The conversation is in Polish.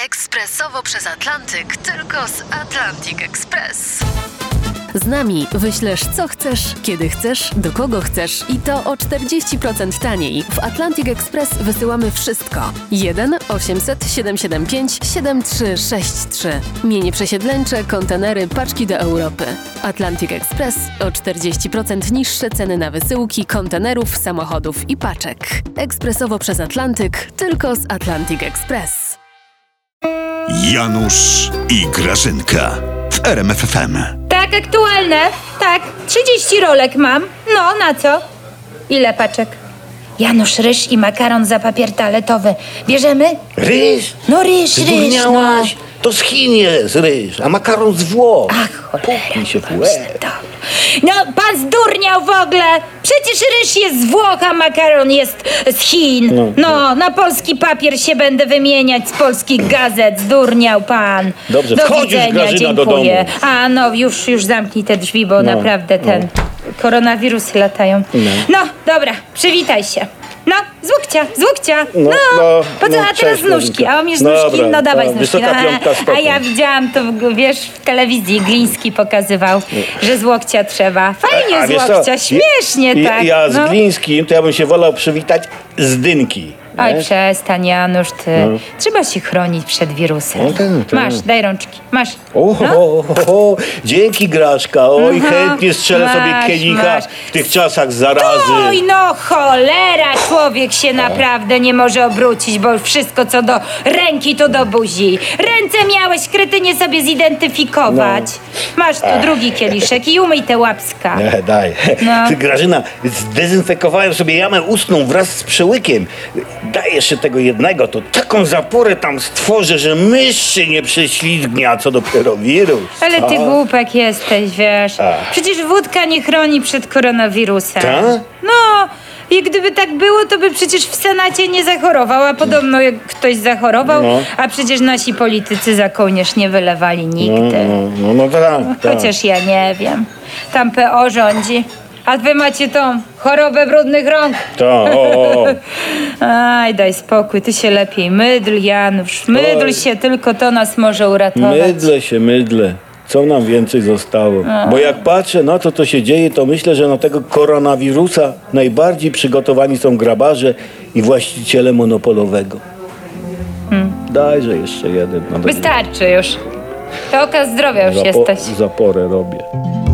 Ekspresowo przez Atlantyk, tylko z Atlantic Express. Z nami wyślesz co chcesz, kiedy chcesz, do kogo chcesz i to o 40% taniej. W Atlantic Express wysyłamy wszystko. 1 800 775 7363. Mienie przesiedleńcze, kontenery, paczki do Europy. Atlantic Express o 40% niższe ceny na wysyłki, kontenerów, samochodów i paczek. Ekspresowo przez Atlantyk, tylko z Atlantic Express. Janusz i Grażynka w RMF FM. Tak, aktualne. Tak, 30 rolek mam. No, na co? Ile paczek? Janusz, ryż i makaron za papier toaletowy. Bierzemy? Ryż? No ryż, no. Zdurniałaś? To z Chin jest ryż, a makaron z Włoch. Ach, cholera. Puknij się w łeb. No, pan zdurniał w ogóle. Przecież ryż jest z Włoch, a makaron jest z Chin. No, na polski papier się będę wymieniać z polskich gazet. Zdurniał pan. Dobrze, do wchodzisz, widzenia, Grażyna, dziękuję. do domu. A, no, już zamknij te drzwi, bo naprawdę koronawirusy latają. No, dobra, przywitaj się. No, z łokcia. Po co? A teraz cześć, z nóżki. A umiesz nóżki? Dobra, No dawaj z nóżki. wysoka piątka stopy. A ja widziałam to, wiesz, w telewizji Gliński pokazywał, że z łokcia trzeba. Fajnie A z wiesz co? łokcia, śmiesznie tak. Ja z no. Glińskim to ja bym się wolał przywitać z Dynki. Oj, nie? przestań, Janusz, ty. Trzeba się chronić przed wirusem. No tak. Masz, daj rączki. Masz. Dzięki, Graszka. Oj, chętnie strzelę Masz, sobie kielicha masz. w tych czasach zarazy. Oj, no cholera, człowiek się naprawdę nie może obrócić, bo wszystko co do ręki to do buzi. Ręce miałeś, kretynie, sobie zidentyfikować. Masz tu drugi kieliszek i umyj te łapska. Nie, daj. No. Ty, Grażyna, zdezynfekowałem sobie jamę ustną wraz z przełykiem. Daj jeszcze tego jednego, to taką zaporę tam stworzę, że mysz się nie prześlizgnie, a co dopiero wirus. Ale ty głupek jesteś, wiesz. Przecież wódka nie chroni przed koronawirusem. Ta? No, i gdyby tak było, to by przecież w Senacie nie zachorował, a podobno jak ktoś zachorował, a przecież nasi politycy za kołnierz nie wylewali nigdy. No tak. Chociaż ja nie wiem. Tam PO rządzi. A wy macie tą chorobę brudnych rąk. Aj, daj spokój, ty się lepiej mydl, Janusz. Mydl się, tylko to nas może uratować. Mydlę. Co nam więcej zostało? Bo jak patrzę na to, co się dzieje, to myślę, że na tego koronawirusa najbardziej przygotowani są grabarze i właściciele monopolowego. Dajże jeszcze jeden. Wystarczy już. To okaz zdrowia już jesteś. Zaporę robię.